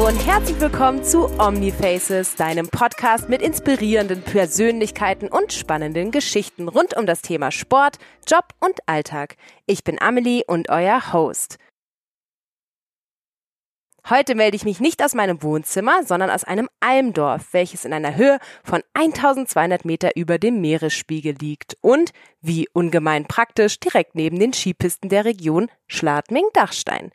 und herzlich willkommen zu Omnifaces, deinem Podcast mit inspirierenden Persönlichkeiten und spannenden Geschichten rund um das Thema Sport, Job und Alltag. Ich bin Amelie und euer Host. Heute melde ich mich nicht aus meinem Wohnzimmer, sondern aus einem Almdorf, welches in einer Höhe von 1200 Meter über dem Meeresspiegel liegt und, wie ungemein praktisch, direkt neben den Skipisten der Region Schladming-Dachstein.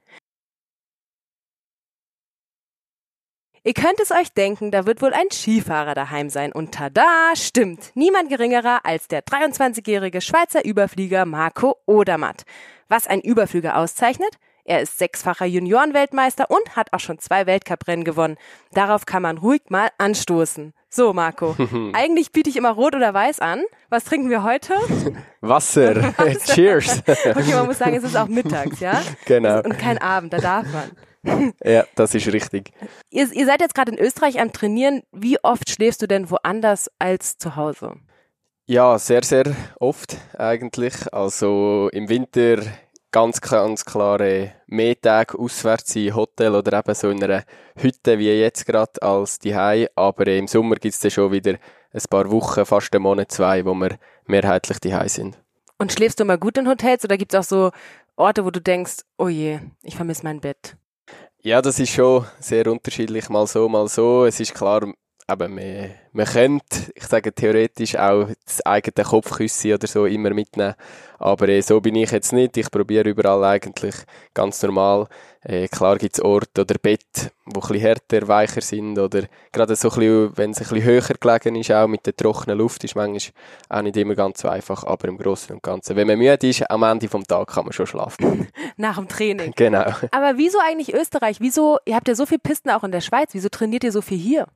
Ihr könnt es euch denken, da wird wohl ein Skifahrer daheim sein. Und tada, stimmt, niemand geringerer als der 23-jährige Schweizer Überflieger Marco Odermatt. Was ein Überflüger auszeichnet? Er ist 6-facher Juniorenweltmeister und hat auch schon 2 Weltcuprennen gewonnen. Darauf kann man ruhig mal anstoßen. So, Marco, eigentlich biete ich immer Rot oder Weiß an. Was trinken wir heute? Wasser. Cheers. Okay, man muss sagen, es ist auch mittags, ja? Genau. Und kein Abend, da darf man. Ja, das ist richtig. Ihr seid jetzt gerade in Österreich am Trainieren. Wie oft schläfst du denn woanders als zu Hause? Ja, sehr, sehr oft eigentlich. Also im Winter ganz klare mehr Tage auswärts in Hotel oder eben so in einer Hütte wie jetzt gerade als daheim. Aber im Sommer gibt es dann schon wieder ein paar Wochen, fast einen Monat, 2, wo wir mehrheitlich daheim sind. Und schläfst du mal gut in Hotels oder gibt es auch so Orte, wo du denkst, oh je, ich vermisse mein Bett? Ja, das ist schon sehr unterschiedlich, mal so, mal so. Es ist klar, eben, man könnte, ich sage theoretisch, auch das eigene Kopfkissen oder so immer mitnehmen. Aber so bin ich jetzt nicht. Ich probiere überall eigentlich ganz normal. Klar gibt es Orte oder Bett, die ein bisschen härter, weicher sind. Oder gerade so ein bisschen, wenn es ein bisschen höher gelegen ist, auch mit der trockenen Luft, ist manchmal auch nicht immer ganz so einfach. Aber im Großen und Ganzen, wenn man müde ist, am Ende vom Tag kann man schon schlafen. Nach dem Training. Genau. Aber wieso eigentlich Österreich? Wieso, ihr habt ja so viele Pisten auch in der Schweiz. Wieso trainiert ihr so viel hier?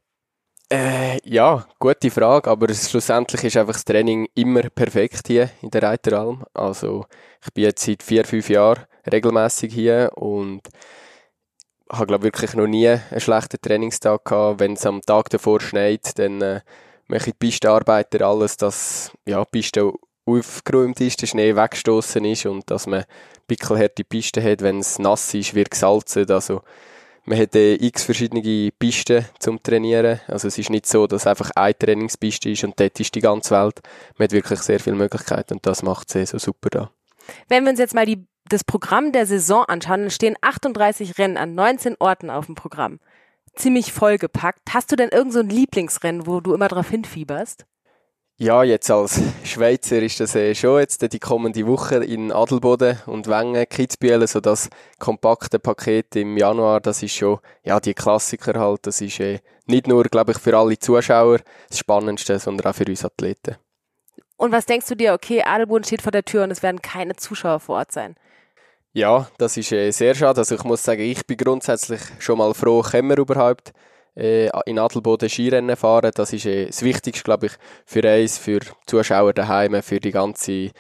Ja, gute Frage, aber schlussendlich ist einfach das Training immer perfekt hier in der Reiteralm. Also ich bin jetzt seit 4-5 Jahren regelmäßig hier und habe glaube wirklich noch nie einen schlechten Trainingstag gehabt. Wenn es am Tag davor schneit, dann machen die Pistenarbeiter alles, dass die Piste aufgeräumt ist, der Schnee weggestoßen ist und dass man pickelharte Pisten hat. Wenn es nass ist, wird gesalzen. Also man hat x verschiedene Pisten zum Trainieren. Also es ist nicht so, dass einfach eine Trainingspiste ist und dort ist die ganze Welt. Man hat wirklich sehr viele Möglichkeiten und das macht es so super da. Wenn wir uns jetzt mal das Programm der Saison anschauen, dann stehen 38 Rennen an 19 Orten auf dem Programm. Ziemlich vollgepackt. Hast du denn irgend so ein Lieblingsrennen, wo du immer drauf hinfieberst? Ja, jetzt als Schweizer ist das schon jetzt die kommende Woche in Adelboden und Wengen, Kitzbühel, so das kompakte Paket im Januar, das ist schon, ja, die Klassiker halt, das ist nicht nur, glaube ich, für alle Zuschauer das Spannendste, sondern auch für uns Athleten. Und was denkst du dir, okay, Adelboden steht vor der Tür und es werden keine Zuschauer vor Ort sein? Ja, das ist sehr schade, also ich muss sagen, ich bin grundsätzlich schon mal froh, können wir überhaupt in Adelboden Skirennen fahren. Das ist das Wichtigste, glaube ich, für uns, für Zuschauer daheim, für den ganzen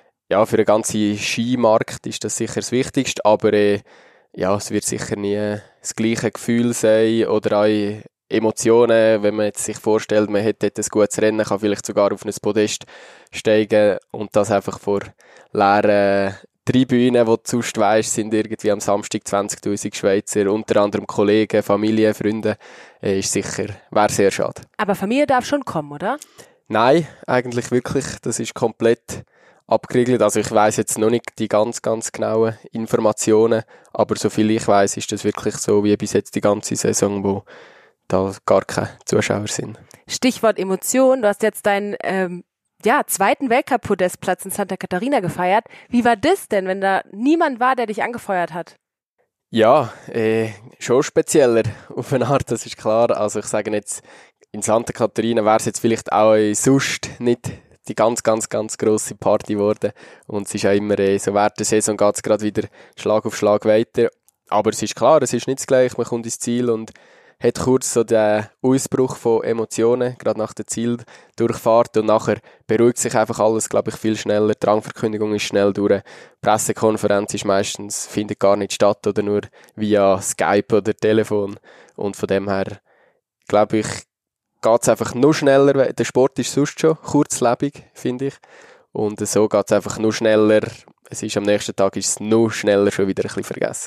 Skimarkt ist das sicher das Wichtigste. Aber es wird sicher nie das gleiche Gefühl sein oder auch Emotionen, wenn man jetzt sich vorstellt, man hätte dort ein gutes Rennen, kann vielleicht sogar auf ein Podest steigen und das einfach vor leeren Tribünen, die du sonst weisst, sind irgendwie am Samstag 20'000 Schweizer, unter anderem Kollegen, Familie, Freunde, wäre sehr schade. Aber Familie darf schon kommen, oder? Nein, eigentlich wirklich, das ist komplett abgeriegelt. Also ich weiss jetzt noch nicht die ganz genauen Informationen, aber soviel ich weiss, ist das wirklich so wie bis jetzt die ganze Saison, wo da gar keine Zuschauer sind. Stichwort Emotion, du hast jetzt deinen zweiten Weltcup-Podestplatz in Santa Catarina gefeiert. Wie war das denn, wenn da niemand war, der dich angefeuert hat? Ja, schon spezieller auf eine Art, das ist klar. Also ich sage jetzt, in Santa Catarina wäre es jetzt vielleicht auch sonst nicht die ganz grosse Party geworden. Und es ist auch immer so, während der Saison geht es gerade wieder Schlag auf Schlag weiter. Aber es ist klar, es ist nicht das Gleiche, man kommt ins Ziel und hat kurz so den Ausbruch von Emotionen, gerade nach der Zieldurchfahrt und nachher beruhigt sich einfach alles, glaube ich, viel schneller. Die Rangverkündigung ist schnell durch. Die Pressekonferenz ist findet gar nicht statt oder nur via Skype oder Telefon. Und von dem her, glaube ich, geht es einfach nur schneller. Der Sport ist sonst schon kurzlebig, finde ich. Und so geht es einfach nur schneller. Am nächsten Tag ist es nur schneller schon wieder ein bisschen vergessen.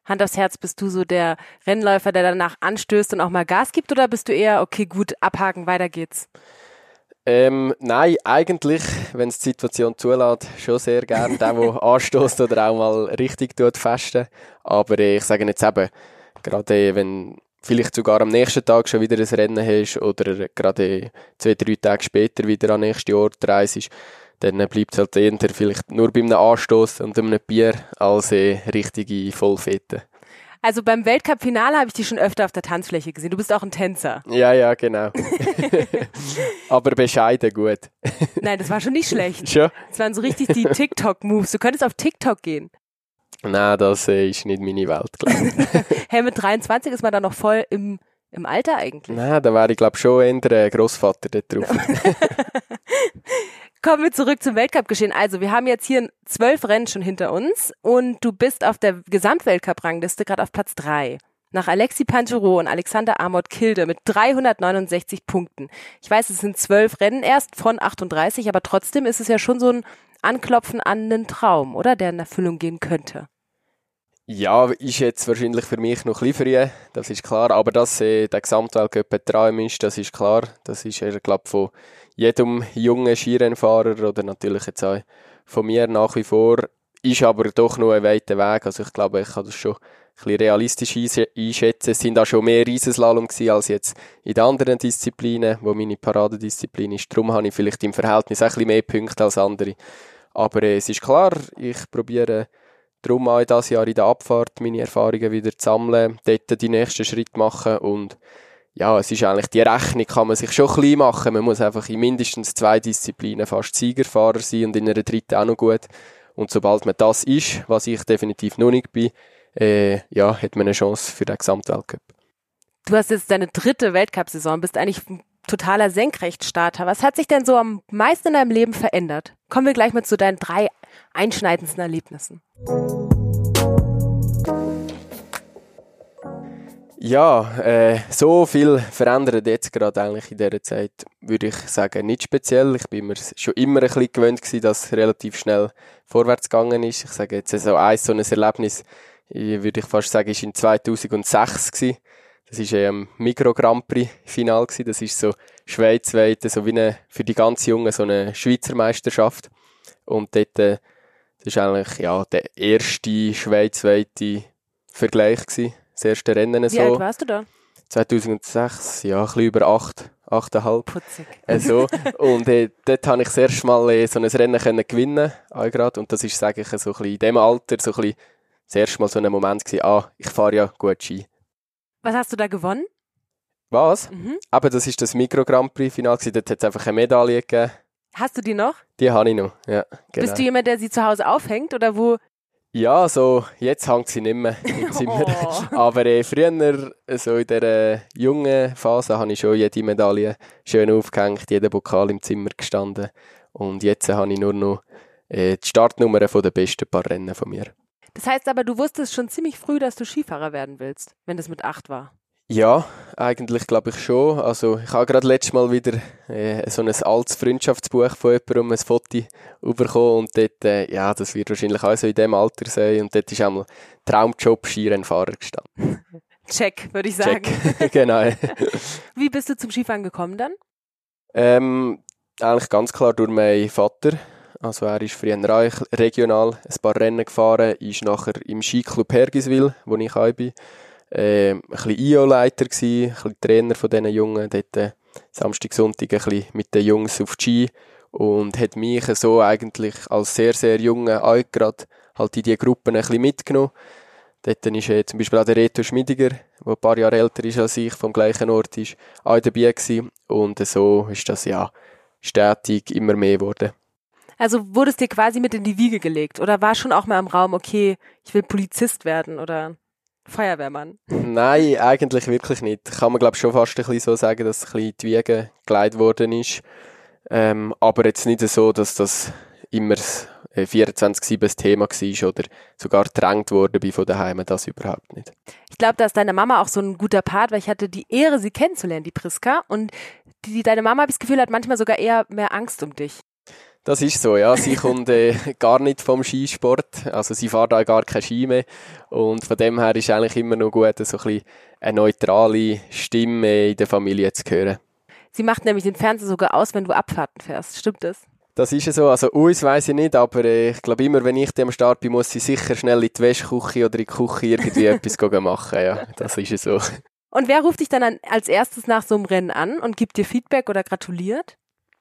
Hand aufs Herz, bist du so der Rennläufer, der danach anstößt und auch mal Gas gibt, oder bist du eher, okay, gut, abhaken, weiter geht's? Nein, eigentlich, wenn es die Situation zulässt, schon sehr gern. Der anstößt oder auch mal richtig festen. Aber ich sage jetzt eben, gerade wenn vielleicht sogar am nächsten Tag schon wieder ein Rennen hast oder gerade 2-3 Tage später wieder am nächsten Ort reist, dann bleibt es halt eher vielleicht nur bei einem Anstoß und einem Bier als richtige Vollfete. Also beim Weltcup-Finale habe ich dich schon öfter auf der Tanzfläche gesehen. Du bist auch ein Tänzer. Ja, genau. Aber bescheiden gut. Nein, das war schon nicht schlecht. Schon? Das waren so richtig die TikTok-Moves. Du könntest auf TikTok gehen. Nein, das ist nicht meine Welt, glaube ich. Hey, mit 23 ist man da noch voll im Alter eigentlich. Nein, da wäre ich, glaube ich, schon eher ein Grossvater dort drauf. Kommen wir zurück zum Weltcup-Geschehen. Also, wir haben jetzt hier 12 Rennen schon hinter uns und du bist auf der Gesamtweltcup-Rangliste gerade auf Platz 3. Nach Alexis Pangerot und Alexander Amott Kilde mit 369 Punkten. Ich weiß, es sind 12 Rennen erst von 38, aber trotzdem ist es ja schon so ein Anklopfen an einen Traum, oder? Der in Erfüllung gehen könnte. Ja, ist jetzt wahrscheinlich für mich noch ein bisschen früh, das ist klar. Aber dass der Gesamtweltcup ein Traum ist, das ist klar. Das ist, glaube ich, von jedem jungen Skirennfahrer oder natürlich jetzt auch von mir nach wie vor. Ist aber doch noch ein weiter Weg. Also ich glaube, ich kann das schon ein bisschen realistisch einschätzen. Es sind auch schon mehr Riesenslalom gewesen als jetzt in den anderen Disziplinen, wo meine Paradedisziplin ist. Darum habe ich vielleicht im Verhältnis ein bisschen mehr Punkte als andere. Aber es ist klar, ich probiere darum auch dieses Jahr in der Abfahrt meine Erfahrungen wieder zu sammeln, dort die nächsten Schritte machen und ja, es ist eigentlich, die Rechnung kann man sich schon klein machen. Man muss einfach in mindestens 2 Disziplinen fast Siegerfahrer sein und in einer dritten auch noch gut. Und sobald man das ist, was ich definitiv noch nicht bin, hat man eine Chance für den Gesamtweltcup. Du hast jetzt deine 3. Weltcup-Saison, bist eigentlich ein totaler Senkrechtstarter. Was hat sich denn so am meisten in deinem Leben verändert? Kommen wir gleich mal zu deinen 3 einschneidendsten Erlebnissen. Ja, so viel verändert jetzt gerade eigentlich in dieser Zeit, würde ich sagen, nicht speziell. Ich bin mir schon immer ein bisschen gewöhnt gewesen, dass es relativ schnell vorwärts gegangen ist. Ich sage jetzt so ein Erlebnis, würde ich fast sagen, ist in 2006 gewesen. Das ist ein Migros-Grand Prix-Final gewesen. Das ist so schweizweit, so wie für die ganz Jungen so eine Schweizer Meisterschaft. Und dort, das ist eigentlich, ja, der erste schweizweite Vergleich gewesen. Das erste Rennen so. Wie alt warst du da? 2006, ja, ein bisschen über 8,5. Putzig. So. Und dort habe ich das erste Mal so ein Rennen gewinnen können. Und das ist, sage ich, so ein bisschen in dem Alter so ein bisschen das erste Mal so ein Moment gewesen, ich fahre ja gut Ski. Was hast du da gewonnen? Was? Aber das ist das Migros Grand Prix Final gewesen. Dort hat es einfach eine Medaille gegeben. Hast du die noch? Die habe ich noch, ja. Genau. Bist du jemand, der sie zu Hause aufhängt oder wo? Ja, so, jetzt hängt sie nicht mehr im Zimmer. Aber früher, so in dieser jungen Phase, habe ich schon jede Medaille schön aufgehängt, jeden Pokal im Zimmer gestanden. Und jetzt habe ich nur noch die Startnummern von den besten paar Rennen von mir. Das heißt aber, du wusstest schon ziemlich früh, dass du Skifahrer werden willst, wenn das mit 8 war. Ja, eigentlich glaube ich schon. Also ich habe gerade letztes Mal wieder so ein altes Freundschaftsbuch von jemandem, ein Foto bekommen und dort, das wird wahrscheinlich auch so in dem Alter sein und dort ist einmal Traumjob Skirennfahrer gestanden. Check, würde ich sagen. Check, genau. Wie bist du zum Skifahren gekommen dann? Eigentlich ganz klar durch meinen Vater. Also er ist früher auch regional ein paar Rennen gefahren, ist nachher im Skiclub Hergiswil, wo ich auch bin. Ein bisschen IO-Leiter gsi, ein bisschen Trainer von diesen Jungen, dort Samstag, Sonntag ein bisschen mit den Jungs auf die Ski und hat mich so eigentlich als sehr, sehr Junge auch gerade halt in diese Gruppen ein bisschen mitgenommen. Dort ist zum Beispiel auch der Reto Schmidiger, der ein paar Jahre älter ist als ich, vom gleichen Ort ist, auch dabei gewesen. Und so ist das ja stetig immer mehr geworden. Also wurde es dir quasi mit in die Wiege gelegt oder war schon auch mal im Raum, okay, ich will Polizist werden oder Feuerwehrmann? Nein, eigentlich wirklich nicht. Kann man, glaube ich, schon fast ein bisschen so sagen, dass ein bisschen die Wiege gelegt worden ist. Aber jetzt nicht so, dass das immer 24/7 das Thema war oder sogar gedrängt worden bin von daheim, das überhaupt nicht. Ich glaube, da ist deine Mama auch so ein guter Part, weil ich hatte die Ehre, sie kennenzulernen, die Priska. Und deine Mama, habe ich das Gefühl, hat manchmal sogar eher mehr Angst um dich. Das ist so, ja. Sie kommt gar nicht vom Skisport. Also sie fährt auch gar kein Ski mehr. Und von dem her ist eigentlich immer noch gut, so ein bisschen eine neutrale Stimme in der Familie zu hören. Sie macht nämlich den Fernseher sogar aus, wenn du Abfahrten fährst. Stimmt das? Das ist so. Also uns weiss ich nicht, aber ich glaube immer, wenn ich am Start bin, muss sie sicher schnell in die Wäschküche oder in die Küche irgendwie etwas machen. Ja, das ist so. Und wer ruft dich dann als erstes nach so einem Rennen an und gibt dir Feedback oder gratuliert?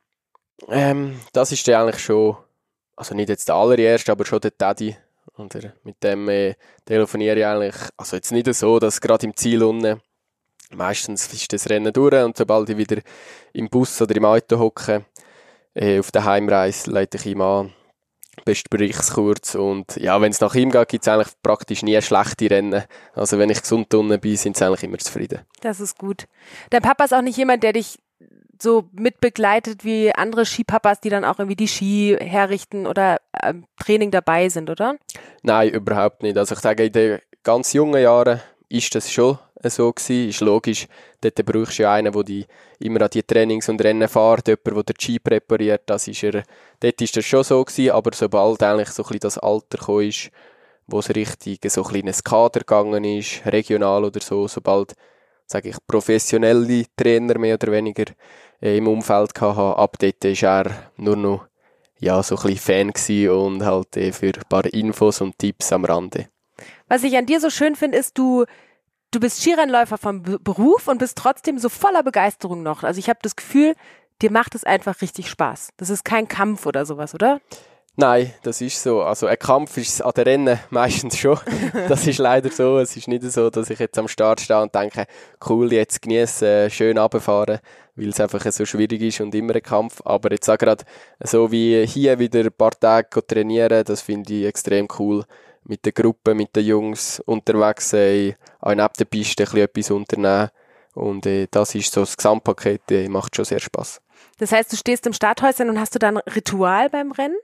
Das ist dann eigentlich schon, also nicht jetzt der allererste, aber schon der Daddy. Und mit dem telefoniere ich eigentlich, also jetzt nicht so, dass gerade im Ziel unten, meistens ist das Rennen durch und sobald ich wieder im Bus oder im Auto hocke, auf der Heimreise leite ich ihm an, beste Berichtskurs und ja, wenn es nach ihm geht, gibt es eigentlich praktisch nie schlechte Rennen. Also wenn ich gesund unten bin, sind sie eigentlich immer zufrieden. Das ist gut. Dein Papa ist auch nicht jemand, der dich so mitbegleitet wie andere Skipapas, die dann auch irgendwie die Ski herrichten oder Training dabei sind, oder? Nein, überhaupt nicht. Also ich sage, in den ganz jungen Jahren ist das schon so gewesen. Ist logisch, dort brauchst du ja einen, der immer an die Trainings und Rennen fährt, jemand, der den Ski präpariert. Dort ist das schon so gewesen, aber sobald eigentlich so ein bisschen das Alter gekommen ist, wo es richtig so ein kleines Kader gegangen ist, regional oder so, sobald, sage ich, professionelle Trainer mehr oder weniger im Umfeld hatte, ab dort war er nur noch ja, so ein bisschen Fan gewesen und halt für ein paar Infos und Tipps am Rande. Was ich an dir so schön finde, ist, du bist Skirennläufer vom Beruf und bist trotzdem so voller Begeisterung noch. Also ich habe das Gefühl, dir macht es einfach richtig Spaß. Das ist kein Kampf oder sowas, oder? Nein, das ist so. Also ein Kampf ist an den Rennen meistens schon. Das ist leider so. Es ist nicht so, dass ich jetzt am Start stehe und denke, cool, jetzt genießen, schön runterfahren, weil es einfach so schwierig ist und immer ein Kampf. Aber jetzt auch gerade so wie hier wieder ein paar Tage trainieren, das finde ich extrem cool. Mit der Gruppe, mit den Jungs unterwegs sein, auch neben der Piste ein bisschen etwas unternehmen. Und das ist so das Gesamtpaket, macht schon sehr Spaß. Das heißt, du stehst im Starthäuschen und hast du dann ein Ritual beim Rennen?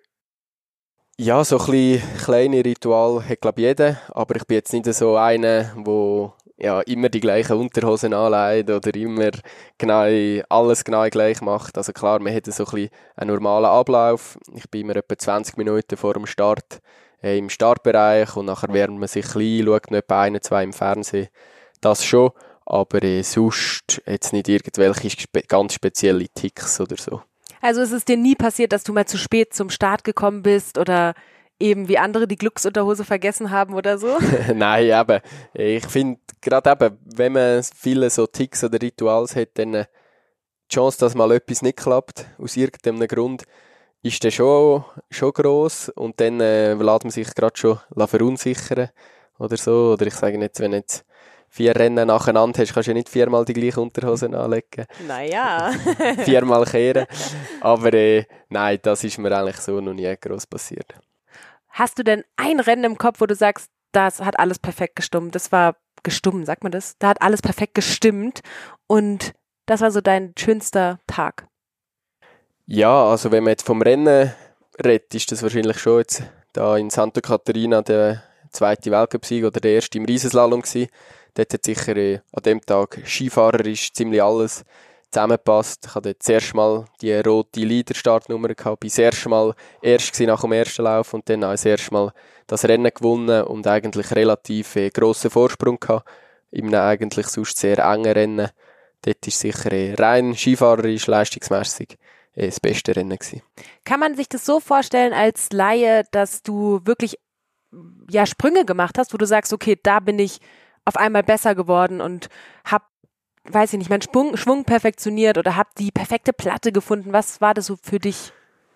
Ja, so ein bisschen kleine Ritual hat, glaube ich, jeder. Aber ich bin jetzt nicht so einer, der ja, immer die gleichen Unterhosen anlegt oder immer alles genau gleich macht. Also klar, man hat so ein bisschen einen normalen Ablauf. Ich bin immer etwa 20 Minuten vor dem Start im Startbereich und nachher wärmt man sich klein, schaut noch etwa 1, 2 im Fernsehen. Das schon, aber sonst jetzt nicht irgendwelche ganz spezielle Ticks oder so. Also ist es dir nie passiert, dass du mal zu spät zum Start gekommen bist oder eben wie andere die Glücksunterhose vergessen haben oder so? Nein, eben. Ich finde gerade eben, wenn man viele so Ticks oder Rituals hat, dann die Chance, dass mal etwas nicht klappt, aus irgendeinem Grund, ist dann schon gross und dann lässt man sich gerade schon verunsichern oder so. Oder ich sage jetzt, wenn jetzt 4 Rennen nacheinander hast, kannst du ja nicht 4-mal die gleiche Unterhosen anlegen. Naja. 4-mal kehren. Aber nein, das ist mir eigentlich so noch nie gross passiert. Hast du denn ein Rennen im Kopf, wo du sagst, das hat alles perfekt gestimmt? Das war gestimmt, sagt man das? Da hat alles perfekt gestimmt und das war so dein schönster Tag. Ja, also wenn man jetzt vom Rennen redet, ist das wahrscheinlich schon jetzt da in Santa Caterina der 2. Weltcupsieg oder der erste im Riesenslalom gewesen. Dort hat sicher an dem Tag skifahrerisch ziemlich alles zusammengepasst. Ich hatte dort das erste Mal die rote Leader-Startnummer gehabt, bin das erste Mal erst nach dem ersten Lauf und dann auch das erste Mal das Rennen gewonnen und eigentlich relativ grossen Vorsprung gehabt. In einem eigentlich sonst sehr engen Rennen. Dort ist sicher rein skifahrerisch, leistungsmässig das beste Rennen gewesen. Kann man sich das so vorstellen als Laie, dass du wirklich ja Sprünge gemacht hast, wo du sagst, okay, da bin ich auf einmal besser geworden und hab, weiß ich nicht, meinen Schwung perfektioniert oder hab die perfekte Platte gefunden. Was war das so für dich?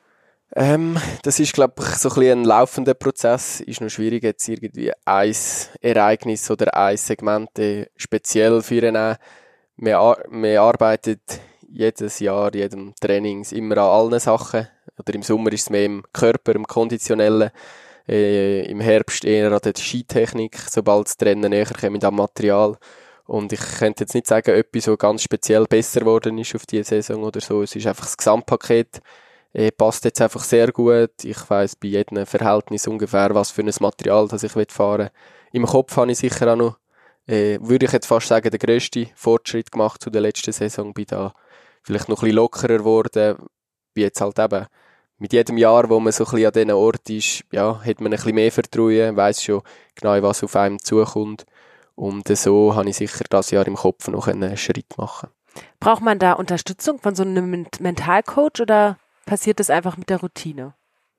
Das ist, glaube ich, so ein bisschen ein laufender Prozess. Ist noch schwierig, jetzt irgendwie ein Ereignis oder ein Segment speziell für einen. Man arbeitet jedes Jahr, jedem Training immer an allen Sachen. Oder im Sommer ist es mehr im Körper, im Konditionellen. Im Herbst eher an der Skitechnik, sobald das Rennen näher kommt am Material. Und ich könnte jetzt nicht sagen, etwas so ganz speziell besser geworden ist auf diese Saison oder so. Es ist einfach das Gesamtpaket. Passt jetzt einfach sehr gut. Ich weiss bei jedem Verhältnis ungefähr, was für ein Material das ich fahren will. Im Kopf habe ich sicher auch noch, würde ich jetzt fast sagen, den grössten Fortschritt gemacht zu der letzten Saison. Bin da vielleicht noch ein bisschen lockerer geworden. Bin jetzt halt eben mit jedem Jahr, wo man so ein bisschen an diesen Ort ist, ja, hat man ein bisschen mehr Vertrauen, weiss schon genau, was auf einem zukommt. Und so habe ich sicher das Jahr im Kopf noch einen Schritt machen. Braucht man da Unterstützung von so einem Mentalcoach oder passiert das einfach mit der Routine?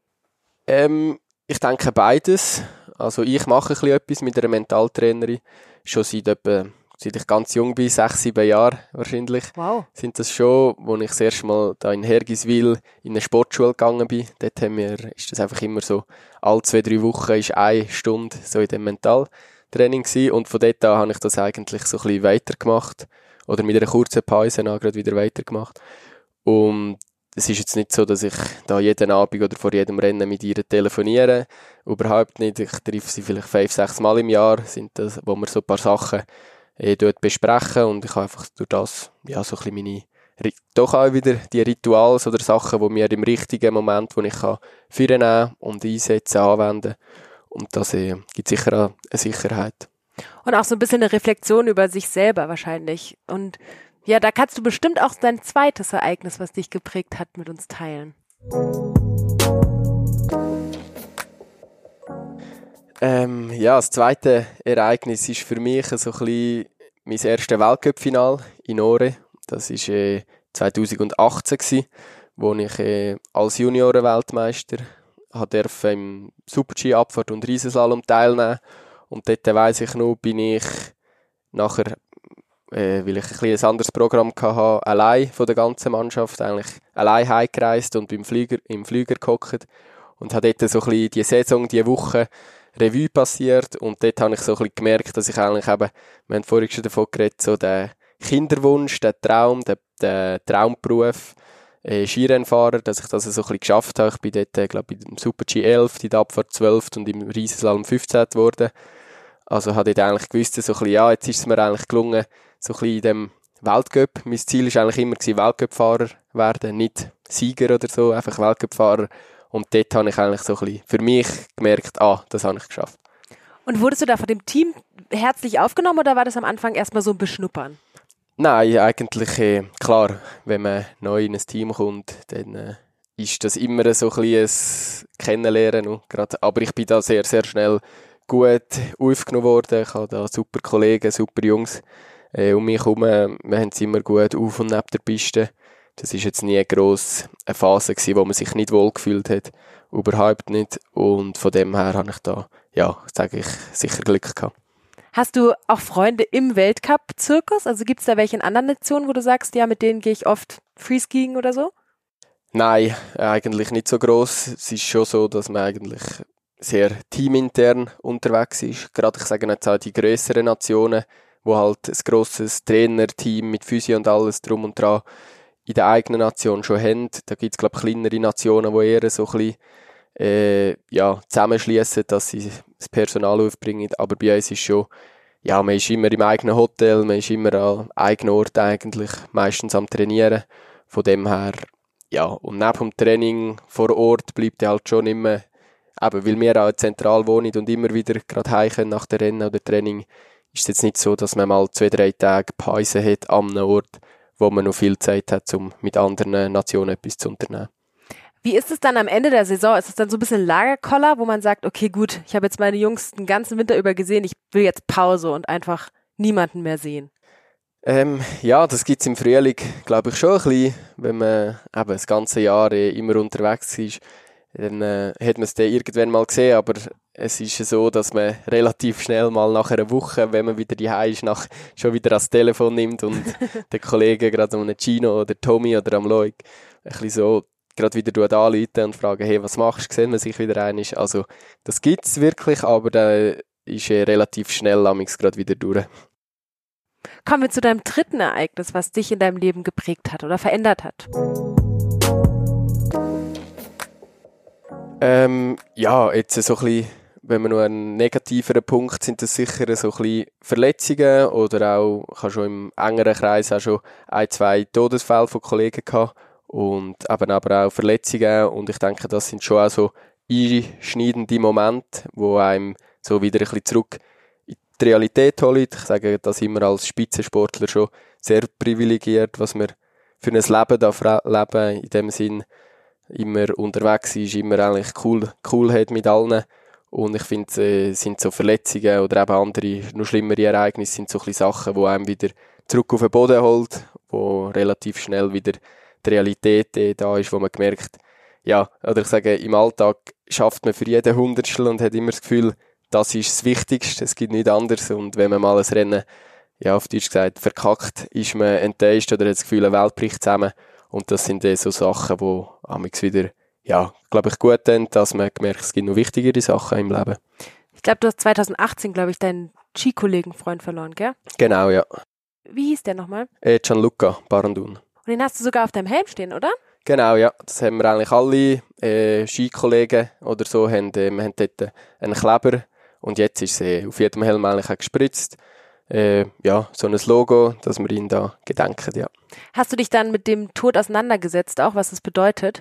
Ich denke beides. Also ich mache ein bisschen etwas mit einer Mentaltrainerin. Schon seit ich ganz jung bin, 6, 7 Jahre wahrscheinlich. Wow. Sind das schon, wo ich das erste Mal da in Hergiswil in eine Sportschule gegangen bin. Dort ist das einfach immer so, alle 2, 3 Wochen ist 1 Stunde so in dem Mentaltraining gewesen. Und von dort an habe ich das eigentlich so ein bisschen weitergemacht. Oder mit einer kurzen Pause dann gerade wieder weitergemacht. Und es ist jetzt nicht so, dass ich da jeden Abend oder vor jedem Rennen mit ihr telefoniere. Überhaupt nicht. Ich treffe sie vielleicht 5, 6 Mal im Jahr, sind das, wo wir so ein paar Sachen dort besprechen. Und ich habe einfach durch das, ja, so ein bisschen doch auch wieder die Rituals oder Sachen, die mir im richtigen Moment, wo ich kann vornehmen und einsetzen, anwenden. Und das gibt sicher auch eine Sicherheit. Und auch so ein bisschen eine Reflexion über sich selber wahrscheinlich. Und ja, da kannst du bestimmt auch dein zweites Ereignis, was dich geprägt hat, mit uns teilen. Ja, das zweite Ereignis ist für mich so ein bisschen mein erstes Weltcup-Final in Åre. Das war 2018, wo ich als Junioren-Weltmeister durfte im Super-G-Abfahrt und Riesenslalom teilnehmen. Und dort weiss ich noch, bin ich nachher, weil ich ein bisschen ein anderes Programm hatte, allein von der ganzen Mannschaft, eigentlich allein heimgereist und im Flüger gehockt und habe dort so ein bisschen die Saison, die Woche Revue passiert und dort habe ich so ein bisschen gemerkt, dass ich eigentlich eben, wir haben vorhin schon davon geredet, so der Kinderwunsch, der Traum, der Traumberuf, Skirennfahrer, dass ich das so ein bisschen geschafft habe. Ich bin dort, glaube ich, im Super-G 11, in der Abfahrt 12 und im Riesenslalom 15 geworden. Also habe ich eigentlich gewusst, so ein bisschen, ja, jetzt ist es mir eigentlich gelungen, so ein bisschen in dem Weltcup. Mein Ziel war eigentlich immer, Weltcup-Fahrer werden, nicht Sieger oder so, einfach Weltcup-Fahrer. Und dort habe ich eigentlich so ein bisschen für mich gemerkt, das habe ich geschafft. Und wurdest du da von dem Team herzlich aufgenommen oder war das am Anfang erstmal so ein Beschnuppern? Nein, eigentlich, klar, wenn man neu in ein Team kommt, dann ist das immer so ein bisschen ein Kennenlernen. Aber ich bin da sehr, sehr schnell gut aufgenommen worden. Ich habe da super Kollegen, super Jungs um mich herum. Wir haben es immer gut auf und neben der Piste. Das war jetzt nie gross eine Phase gewesen, wo man sich nicht wohl gefühlt hat. Überhaupt nicht. Und von dem her habe ich da, ja, sage ich, sicher Glück gehabt. Hast du auch Freunde im Weltcup-Zirkus? Also gibt es da welche in anderen Nationen, wo du sagst, ja, mit denen gehe ich oft Freeskiing oder so? Nein, eigentlich nicht so gross. Es ist schon so, dass man eigentlich sehr teamintern unterwegs ist. Gerade, ich sage jetzt auch die grösseren Nationen, wo halt ein grosses Trainerteam mit Physio und alles drum und dran in der eigenen Nation schon haben. Da gibt es, glaube ich, kleinere Nationen, die eher so ein bisschen zusammenschliessen, dass sie das Personal aufbringen. Aber bei uns ist schon, ja, man ist immer im eigenen Hotel, man ist immer am eigenen Ort eigentlich, meistens am Trainieren. Von dem her, ja, und neben dem Training vor Ort bleibt er halt schon immer, eben, weil wir auch zentral wohnen und immer wieder gerade heim können nach der Rennen oder Training, ist es jetzt nicht so, dass man mal 2, 3 Tage Pause hat an einem Ort, wo man noch viel Zeit hat, um mit anderen Nationen etwas zu unternehmen. Wie ist es dann am Ende der Saison? Ist es dann so ein bisschen Lagerkoller, wo man sagt, okay, gut, ich habe jetzt meine Jungs den ganzen Winter über gesehen, ich will jetzt Pause und einfach niemanden mehr sehen? Ja, das gibt es im Frühling, glaube ich, schon ein bisschen. Wenn man eben das ganze Jahr immer unterwegs ist, dann hat man es dann irgendwann mal gesehen, aber es ist so, dass man relativ schnell mal nach einer Woche, wenn man wieder daheim ist, schon wieder das Telefon nimmt und den Kollegen, gerade am Gino oder Tommy oder am Loic, ein bisschen so gerade wieder anrufen und fragen, hey, was machst du, sehen wir sich wieder einig. Also das gibt es wirklich, aber da ist relativ schnell gerade wieder durch. Kommen wir zu deinem dritten Ereignis, was dich in deinem Leben geprägt hat oder verändert hat. Ja, jetzt so ein bisschen, wenn wir noch einen negativeren Punkt sind, das sicher so ein bisschen Verletzungen oder auch, ich habe schon im engeren Kreis auch schon 1, 2 Todesfälle von Kollegen gehabt und eben aber auch Verletzungen und ich denke, das sind schon auch so einschneidende Momente, wo einem so wieder ein bisschen zurück in die Realität holen. Ich sage, da sind wir als Spitzensportler schon sehr privilegiert, was wir für ein Leben leben, in dem Sinn, immer unterwegs ist, immer eigentlich cool hat mit allen. Und ich finde, sind so Verletzungen oder eben andere, noch schlimmere Ereignisse, sind so ein bisschen Sachen, die einem wieder zurück auf den Boden holt, wo relativ schnell wieder die Realität da ist, wo man gemerkt, ja, oder ich sage, im Alltag schafft man für jeden Hundertstel und hat immer das Gefühl, das ist das Wichtigste, es gibt nichts anderes. Und wenn man mal ein Rennen, ja, auf Deutsch gesagt, verkackt, ist man enttäuscht oder hat das Gefühl, eine Welt bricht zusammen. Und das sind so Sachen, die amigs wieder, ja, glaube ich, gut tun, dass man gemerkt, es gibt noch wichtigere Sachen im Leben. Ich glaube, du hast 2018, glaube ich, deinen Skikollegen-Freund verloren, gell? Genau, ja. Wie hieß der nochmal? Gianluca Barandun. Und den hast du sogar auf deinem Helm stehen, oder? Genau, ja. Das haben wir eigentlich alle Skikollegen oder so, wir haben dort einen Kleber und jetzt ist es auf jedem Helm eigentlich auch gespritzt. Ja, so ein Logo, dass wir ihn da gedenken, ja. Hast du dich dann mit dem Tod auseinandergesetzt, auch was das bedeutet?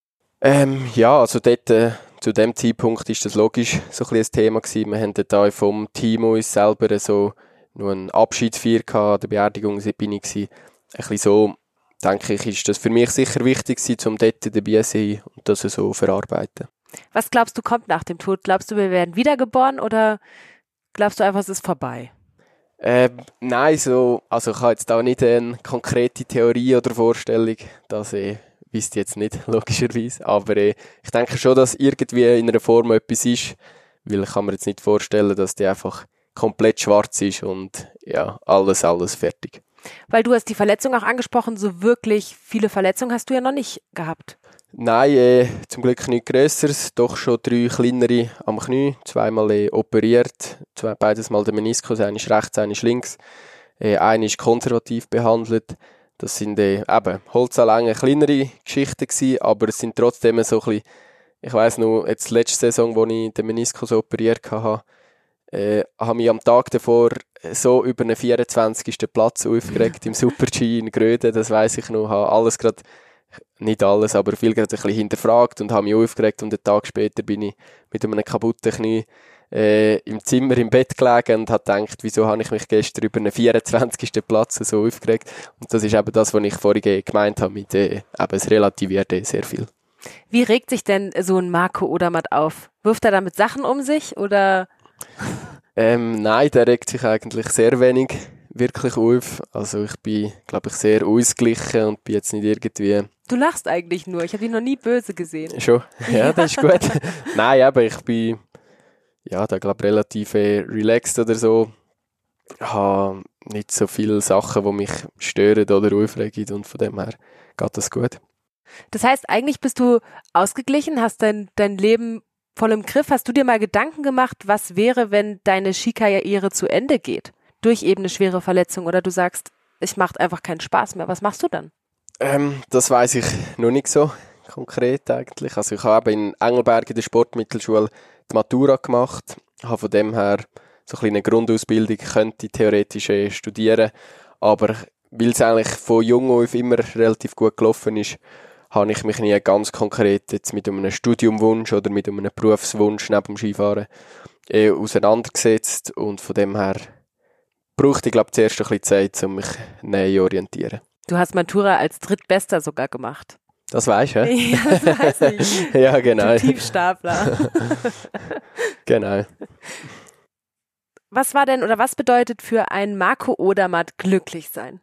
Ja, also dort, zu dem Zeitpunkt ist das logisch so ein bisschen ein Thema gewesen. Wir haben dort vom Team uns selber so nur einen Abschiedsfeier gehabt, an der Beerdigung bin ich gewesen. Ein bisschen so, denke ich, ist das für mich sicher wichtig gewesen, um dort dabei zu sein und das so verarbeiten. Was glaubst du, kommt nach dem Tod? Glaubst du, wir werden wiedergeboren oder glaubst du einfach, es ist vorbei? Nein, also ich habe jetzt da nicht eine konkrete Theorie oder Vorstellung, das wisst ihr jetzt nicht, logischerweise, aber ich denke schon, dass irgendwie in einer Form etwas ist, weil ich kann mir jetzt nicht vorstellen, dass die einfach komplett schwarz ist und ja, alles fertig. Weil du hast die Verletzung auch angesprochen, so wirklich viele Verletzungen hast du ja noch nicht gehabt. Nein, zum Glück nichts Grösseres, doch schon 3 kleinere am Knie, 2-mal operiert, beides Mal der Meniskus, einer ist rechts, einer ist links, einer ist konservativ behandelt. Das sind eben Holzanlängen kleinere Geschichten gewesen, aber es sind trotzdem so ein bisschen, ich weiss noch, jetzt letzte Saison, wo ich den Meniskus operiert habe, habe mich am Tag davor so über einen 24. Platz aufgeregt im Super-G in Gröden, das weiss ich noch, habe alles gerade, nicht alles, aber viel gerade ein bisschen hinterfragt und habe mich aufgeregt und einen Tag später bin ich mit einem kaputten Knie im Zimmer im Bett gelegen und habe gedacht, wieso habe ich mich gestern über einen 24. Platz so aufgeregt. Und das ist eben das, was ich vorhin gemeint habe, mit eben, es relativiert sehr viel. Wie regt sich denn so ein Marco Odermatt auf? Wirft er damit Sachen um sich oder? Nein, der regt sich eigentlich sehr wenig wirklich auf. Also ich bin, glaube ich, sehr ausgeglichen und bin jetzt nicht irgendwie... Du lachst eigentlich nur, ich habe dich noch nie böse gesehen. Schon? Ja, das ist gut. Nein, aber ich bin... Ja, da glaube ich relativ relaxed oder so. Ich habe nicht so viele Sachen, die mich stören oder aufregen und von dem her geht das gut. Das heißt, eigentlich bist du ausgeglichen, hast dein Leben voll im Griff. Hast du dir mal Gedanken gemacht, was wäre, wenn deine Skikarriere zu Ende geht? Durch eben eine schwere Verletzung oder du sagst, es macht einfach keinen Spaß mehr. Was machst du dann? Das weiss ich noch nicht so konkret eigentlich. Also ich habe in Engelberg in der Sportmittelschule die Matura gemacht, habe von dem her so eine Grundausbildung, könnte theoretisch studieren, aber weil es eigentlich von jung auf immer relativ gut gelaufen ist, habe ich mich nie ganz konkret jetzt mit einem Studiumwunsch oder mit einem Berufswunsch neben dem Skifahren auseinandergesetzt und von dem her brauchte ich glaube zuerst ein bisschen Zeit, um mich näher zu orientieren. Du hast Matura als Drittbester sogar gemacht. Das weisst du, hä? Ja, das weiß ich. Ja, genau. Du Tiefstapler. Genau. Was war denn oder was bedeutet für einen Marco Odermatt glücklich sein?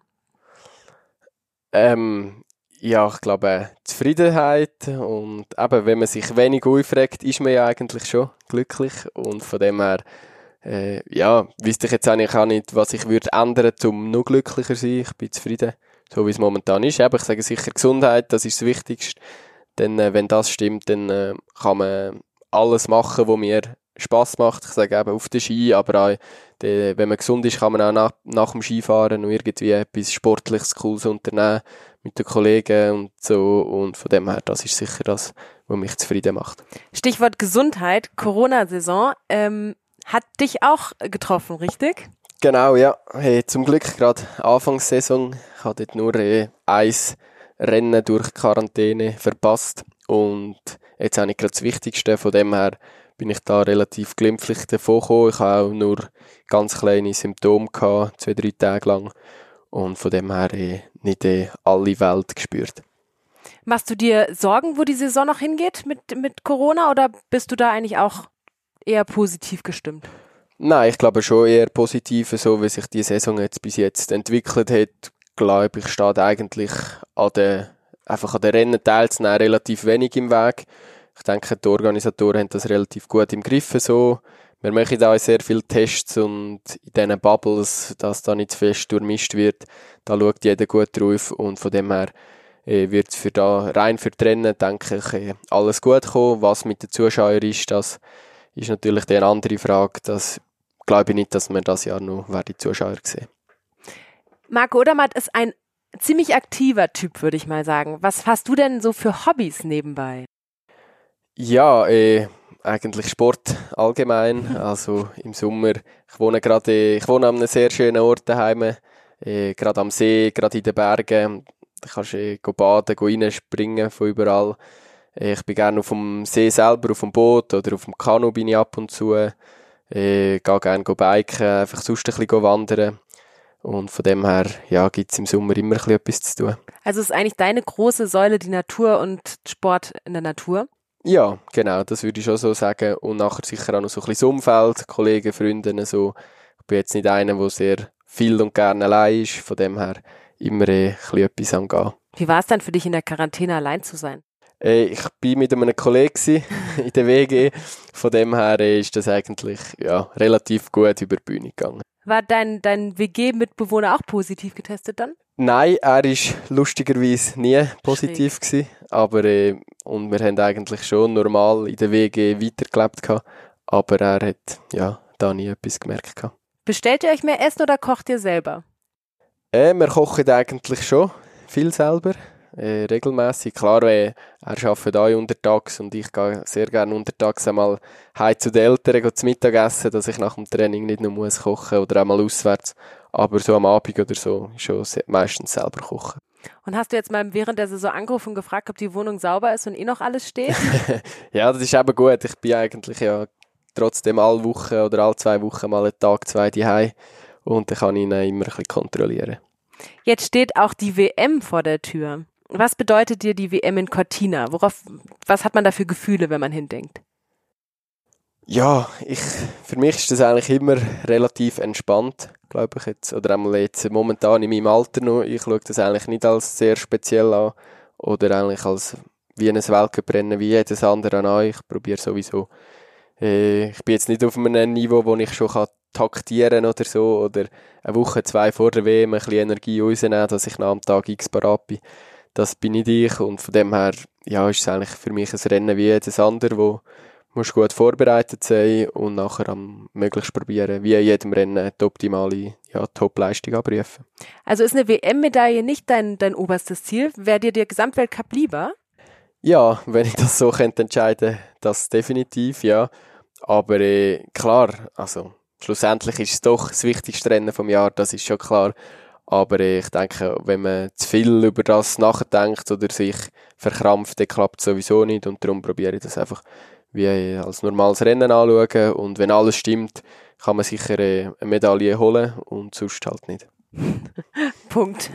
Ja, ich glaube Zufriedenheit und eben, wenn man sich wenig aufregt, ist man ja eigentlich schon glücklich und von dem her, ja, wüsste ich jetzt eigentlich auch nicht, was ich würde ändern, um noch glücklicher zu sein. Ich bin zufrieden, so wie es momentan ist. Aber ich sage sicher Gesundheit, das ist das Wichtigste. Denn wenn das stimmt, dann kann man alles machen, was mir Spass macht. Ich sage eben auf den Ski, aber auch, wenn man gesund ist, kann man auch nach dem Skifahren noch irgendwie etwas Sportliches, Cooles unternehmen mit den Kollegen und so. Und von dem her, das ist sicher das, was mich zufrieden macht. Stichwort Gesundheit, Corona-Saison, hat dich auch getroffen, richtig? Genau, ja. Hey, zum Glück gerade Anfangssaison. Ich habe dort nur ein Rennen durch Quarantäne verpasst und jetzt habe ich gerade das Wichtigste. Von dem her bin ich da relativ glimpflich davon gekommen. Ich habe auch nur ganz kleine Symptome gehabt, 2-3 Tage lang und von dem her nicht alle Welt gespürt. Machst du dir Sorgen, wo die Saison noch hingeht mit Corona, oder bist du da eigentlich auch eher positiv gestimmt? Nein, ich glaube schon eher positiv, so wie sich die Saison jetzt bis jetzt entwickelt hat. Glaube ich, steht eigentlich einfach an den Rennen teilzunehmen relativ wenig im Weg. Ich denke, die Organisatoren haben das relativ gut im Griff. So. Wir machen da sehr viele Tests und in diesen Bubbles, dass da nicht zu fest durchmischt wird, da schaut jeder gut drauf und von dem her wird es rein für die Rennen, denke ich, alles gut kommen. Was mit den Zuschauern ist, das ist natürlich eine andere Frage. Das glaube ich nicht, dass wir das Jahr noch die Zuschauer sehen. Marco Odermatt ist ein ziemlich aktiver Typ, würde ich mal sagen. Was hast du denn so für Hobbys nebenbei? Ja, eigentlich Sport allgemein. Also im Sommer, ich wohne an einem sehr schönen Ort daheim, gerade am See, gerade in den Bergen. Da kannst du baden, reinspringen von überall. Ich bin gerne auf dem See selber, auf dem Boot oder auf dem Kanu bin ich ab und zu. Gehe gerne biken, einfach sonst ein bisschen wandern. Und von dem her gibt es im Sommer immer ein bisschen etwas zu tun. Also ist eigentlich deine große Säule die Natur und Sport in der Natur? Ja, genau, das würde ich schon so sagen. Und nachher sicher auch noch so ein bisschen das Umfeld, Kollegen, Freundinnen. So. Ich bin jetzt nicht einer, der sehr viel und gerne allein ist. Von dem her immer ein bisschen etwas am Gehen. Wie war es dann für dich in der Quarantäne allein zu sein? Ich war mit einem Kollegen in der WG. Von dem her ist das eigentlich relativ gut über die Bühne gegangen. War dein WG-Mitbewohner auch positiv getestet dann? Nein, er war lustigerweise nie positiv gewesen, aber und wir haben eigentlich schon normal in der WG weitergelebt, aber er hat da nie etwas gemerkt. Bestellt ihr euch mehr Essen oder kocht ihr selber? Wir kochen eigentlich schon viel selber, regelmäßig. Klar, er arbeitet auch untertags und ich gehe sehr gerne untertags einmal heim zu den Eltern zu Mittagessen, dass ich nach dem Training nicht nur kochen muss oder einmal auswärts. Aber so am Abend oder so schon meistens selber kochen. Und hast du jetzt mal während der Saison angerufen und gefragt, ob die Wohnung sauber ist und noch alles steht? Ja, das ist eben gut. Ich bin eigentlich trotzdem alle Wochen oder alle 2 Wochen mal einen Tag, 2 daheim und dann kann ich ihn immer ein bisschen kontrollieren. Jetzt steht auch die WM vor der Tür. Was bedeutet dir die WM in Cortina? Was hat man da für Gefühle, wenn man hindenkt? Ja, für mich ist das eigentlich immer relativ entspannt, glaube ich jetzt. Oder einmal jetzt momentan in meinem Alter noch. Ich schaue das eigentlich nicht als sehr speziell an. Oder eigentlich als wie ein Weltcuprennen wie jedes andere an. Ich probiere sowieso. Ich bin jetzt nicht auf einem Niveau, wo ich schon taktieren kann oder so. Oder eine Woche, 2 vor der WM ein bisschen Energie rausnehmen, dass ich nach dem Tag X parat bin. Das bin nicht ich. Und von dem her ist es eigentlich für mich ein Rennen wie jedes andere, wo musst gut vorbereitet sein und nachher am möglichst probieren, wie in jedem Rennen die optimale Top-Leistung abrufen. Also ist eine WM-Medaille nicht dein oberstes Ziel? Wäre dir der Gesamtweltcup lieber? Ja, wenn ich das so könnte entscheiden, das definitiv, ja. Aber klar, also schlussendlich ist es doch das wichtigste Rennen vom Jahr, das ist schon klar. Aber ich denke, wenn man zu viel über das nachdenkt oder sich verkrampft, dann klappt es sowieso nicht und darum probiere ich das einfach wie als normales Rennen anschauen und wenn alles stimmt, kann man sicher eine Medaille holen und sonst halt nicht. Punkt.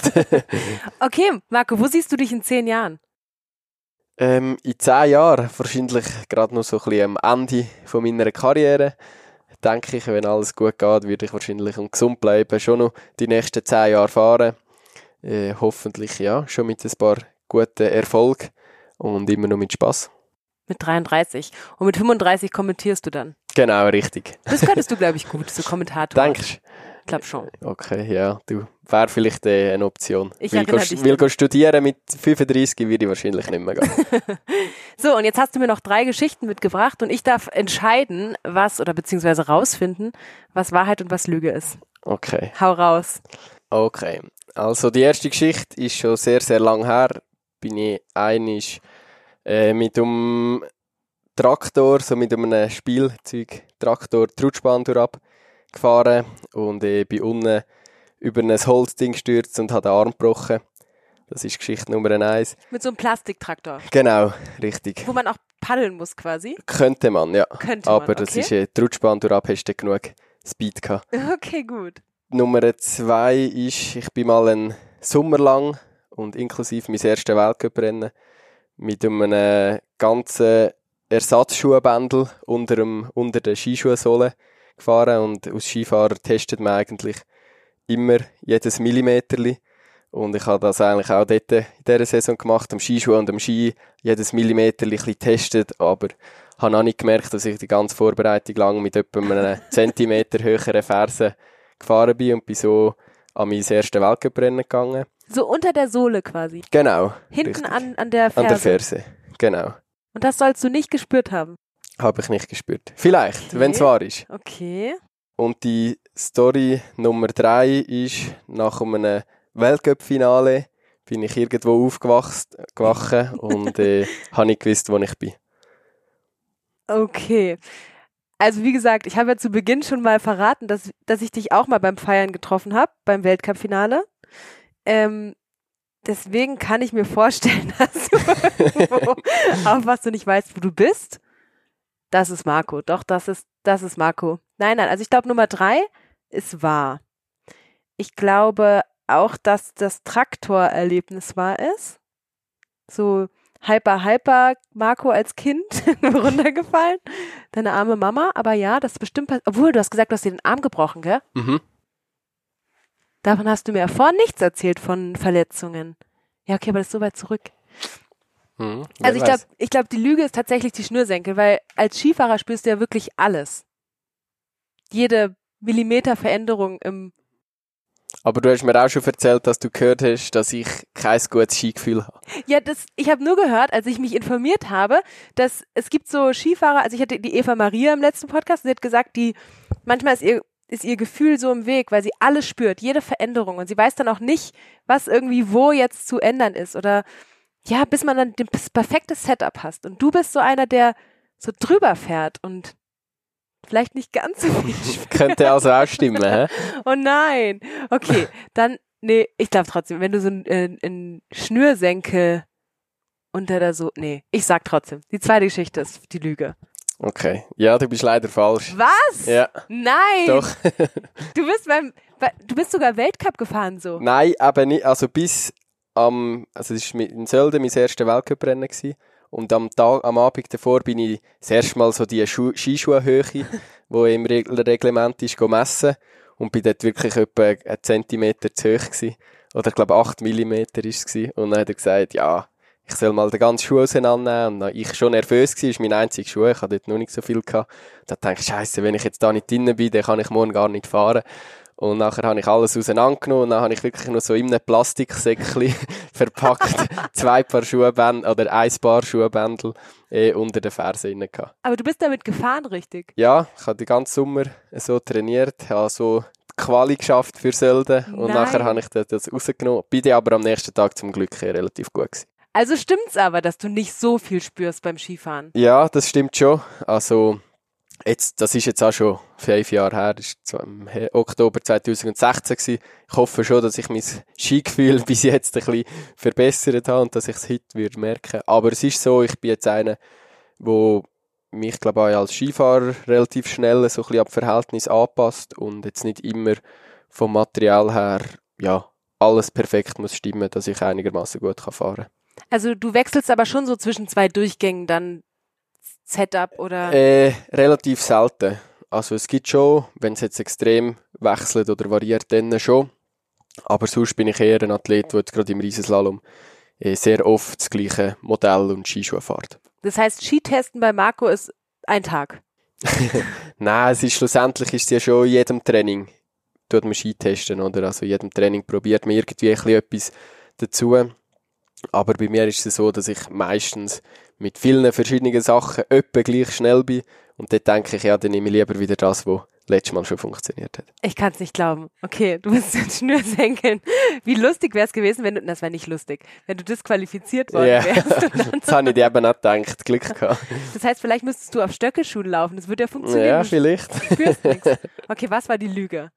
Okay, Marco, wo siehst du dich in 10 Jahren? In 10 Jahren, wahrscheinlich gerade noch so ein bisschen am Ende von meiner Karriere, denke ich, wenn alles gut geht, würde ich wahrscheinlich und gesund bleiben, schon noch die nächsten 10 Jahre fahren. Hoffentlich schon mit ein paar guten Erfolgen und immer noch mit Spass. Mit 33. Und mit 35 kommentierst du dann? Genau, richtig. Das könntest du, glaube ich, gut, so Kommentator. Denkst du? Ich glaube schon. Okay, ja, wäre vielleicht eine Option. Weil studieren mit 35 würde ich wahrscheinlich nicht mehr gehen. So, und jetzt hast du mir noch 3 Geschichten mitgebracht und ich darf entscheiden, beziehungsweise rausfinden, was Wahrheit und was Lüge ist. Okay. Hau raus. Okay, also die erste Geschichte ist schon sehr, sehr lang her. Bin ich einig mit einem Traktor, so mit einem Spielzeug-Traktor die Rutschbahn durchgefahren und bin unten über ein Holzding gestürzt und habe den Arm gebrochen. Das ist Geschichte Nummer 1. Mit so einem Plastiktraktor? Genau, richtig. Wo man auch paddeln muss quasi? Könnte man, ja. Aber okay. Das ist die Rutschbahn hast du genug Speed gehabt. Okay, gut. Nummer 2 ist, ich bin mal einen Sommer lang und inklusive mein erstes Weltcuprennen mit einem ganzen Ersatzschuhbändel unter der Skischuhsohle gefahren und als Skifahrer testet man eigentlich immer jedes Millimeterli und ich habe das eigentlich auch dort in dieser Saison gemacht, am Skischuh und am Ski jedes Millimeterli ein bisschen getestet, aber habe auch nicht gemerkt, dass ich die ganze Vorbereitung lang mit etwa einem Zentimeter höheren Fersen gefahren bin und bin so an mein erstes Weltcuprennen gegangen. So unter der Sohle quasi? Genau. Hinten an der Ferse? An der Ferse, genau. Und das sollst du nicht gespürt haben? Habe ich nicht gespürt. Vielleicht, wenn es wahr ist. Okay. Und die Story Nummer 3 ist, nach einem Weltcup-Finale bin ich irgendwo aufgewacht und habe nicht gewusst, wo ich bin. Okay. Also wie gesagt, ich habe ja zu Beginn schon mal verraten, dass ich dich auch mal beim Feiern getroffen habe, beim Weltcup-Finale. Deswegen kann ich mir vorstellen, dass du irgendwo aufwachst und nicht weißt, wo du bist. Das ist Marco. Doch, das ist Marco. Nein, also ich glaube Nummer 3 ist wahr. Ich glaube auch, dass das Traktorerlebnis wahr ist. So hyper Marco als Kind runtergefallen. Deine arme Mama. Aber ja, das ist bestimmt obwohl, du hast gesagt, du hast dir den Arm gebrochen, gell? Mhm. Davon hast du mir ja vorhin nichts erzählt, von Verletzungen. Ja, okay, aber das ist so weit zurück. Also ich glaube, die Lüge ist tatsächlich die Schnürsenkel, weil als Skifahrer spürst du ja wirklich alles. Jede Millimeterveränderung im... Aber du hast mir auch schon erzählt, dass du gehört hast, dass ich kein gutes Skigefühl habe. Ja, ich habe nur gehört, als ich mich informiert habe, dass es gibt so Skifahrer, also ich hatte die Eva Maria im letzten Podcast, sie hat gesagt, manchmal ist ihr Gefühl so im Weg, weil sie alles spürt, jede Veränderung und sie weiß dann auch nicht, was irgendwie wo jetzt zu ändern ist oder ja, bis man dann das perfekte Setup hast und du bist so einer, der so drüber fährt und vielleicht nicht ganz so viel spürt. Könnte also auch stimmen, hä? Oh nein. Okay, dann, nee, ich glaube trotzdem, wenn du so ein Schnürsenkel unter der ich sag trotzdem, die zweite Geschichte ist die Lüge. Okay, ja, du bist leider falsch. Was? Ja. Nein. Doch. Du bist sogar Weltcup gefahren so. Nein, aber nicht, also bis also es war in Sölden mein erstes Weltcuprennen gewesen. Und am Abend davor bin ich das erste Mal so die Skischuhhöhe, die im Reglement ist, messen und bin dort wirklich etwa 1 Zentimeter zu hoch gewesen. Oder ich glaube 8 Millimeter war es gewesen. Und dann hat er gesagt, ja, ich soll mal den ganzen Schuh auseinandernehmen. Und dann ich schon nervös war, das war mein einziger Schuh, ich hatte dort noch nicht so viel gehabt. Da dachte ich, Scheisse, wenn ich jetzt da nicht drin bin, dann kann ich morgen gar nicht fahren. Und nachher habe ich alles auseinandergenommen und dann habe ich wirklich nur so in einem Plastiksäckchen verpackt 2 Paar Schuhbändel oder 1 Paar Schuhbändel unter den Fersen rein gehabt. Aber du bist damit gefahren, richtig? Ja, ich habe den ganzen Sommer so trainiert, habe so die Quali geschafft für Sölden und nachher habe ich das rausgenommen. Bin dann aber am nächsten Tag zum Glück relativ gut gewesen. Also stimmt's aber, dass du nicht so viel spürst beim Skifahren? Ja, das stimmt schon. Also das ist jetzt auch schon 5 Jahre her, das war im Oktober 2016 gewesen. Ich hoffe schon, dass ich mein Skigefühl bis jetzt ein bisschen verbessert habe und dass ich es heute merken würde. Aber es ist so, ich bin jetzt einer, der mich, glaube ich, als Skifahrer relativ schnell so ein bisschen ab Verhältnis anpasst und jetzt nicht immer vom Material her, ja, alles perfekt muss stimmen, dass ich einigermaßen gut fahren kann. Also du wechselst aber schon so zwischen 2 Durchgängen dann Setup oder? Relativ selten. Also es gibt schon, wenn es jetzt extrem wechselt oder variiert, dann schon. Aber sonst bin ich eher ein Athlet, der jetzt gerade im Riesenslalom sehr oft das gleiche Modell und Skischuhe fährt. Das heißt, Skitesten bei Marco ist ein Tag? Nein, schlussendlich ist es ja schon in jedem Training, tut man Skitesten, oder? Also in jedem Training probiert man irgendwie ein bisschen etwas dazu. Aber bei mir ist es so, dass ich meistens mit vielen verschiedenen Sachen etwa gleich schnell bin. Und dort denke ich, ja, dann nehme ich lieber wieder das, was letztes Mal schon funktioniert hat. Ich kann es nicht glauben. Okay, du bist in Schnürsenkeln. Wie lustig wäre es gewesen, das wäre nicht lustig, wenn du disqualifiziert worden wärst. Das habe ich dir eben nicht gedacht, Glück gehabt. Das heißt, vielleicht müsstest du auf Stöckelschuhen laufen, das würde ja funktionieren. Ja, vielleicht. Du spürst nichts. Okay, was war die Lüge?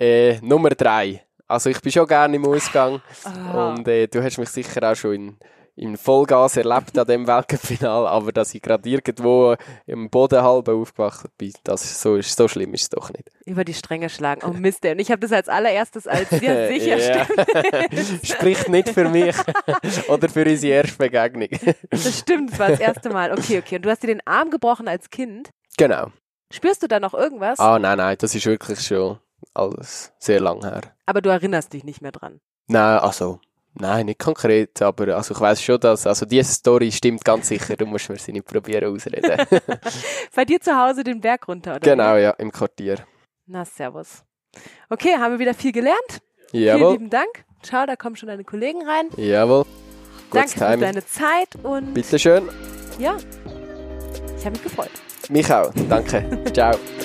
Nummer 3. Also ich bin schon gerne im Ausgang und du hast mich sicher auch schon in Vollgas erlebt an dem Weltcup-Final, aber dass ich gerade irgendwo im Boden halb aufgewacht bin, so schlimm ist es doch nicht. Über die Stränge schlagen. Oh Mist, und ich habe das als allererstes als sehr sicher Spricht nicht für mich oder für unsere erste Begegnung. Das stimmt, das war das erste Mal. Okay. Und du hast dir den Arm gebrochen als Kind. Genau. Spürst du da noch irgendwas? Nein, das ist wirklich schon alles sehr lang her. Aber du erinnerst dich nicht mehr dran? Nein, nicht konkret, aber ich weiss schon, dass diese Story stimmt ganz sicher, du musst mir sie nicht probieren ausreden. Bei dir zu Hause den Berg runter, oder? Genau, ja, im Quartier. Na, servus. Okay, haben wir wieder viel gelernt. Jawohl. Vielen lieben Dank. Ciao, da kommen schon deine Kollegen rein. Jawohl. Danke für deine Zeit und... Bitteschön. Ja, ich habe mich gefreut. Mich auch, danke. Ciao.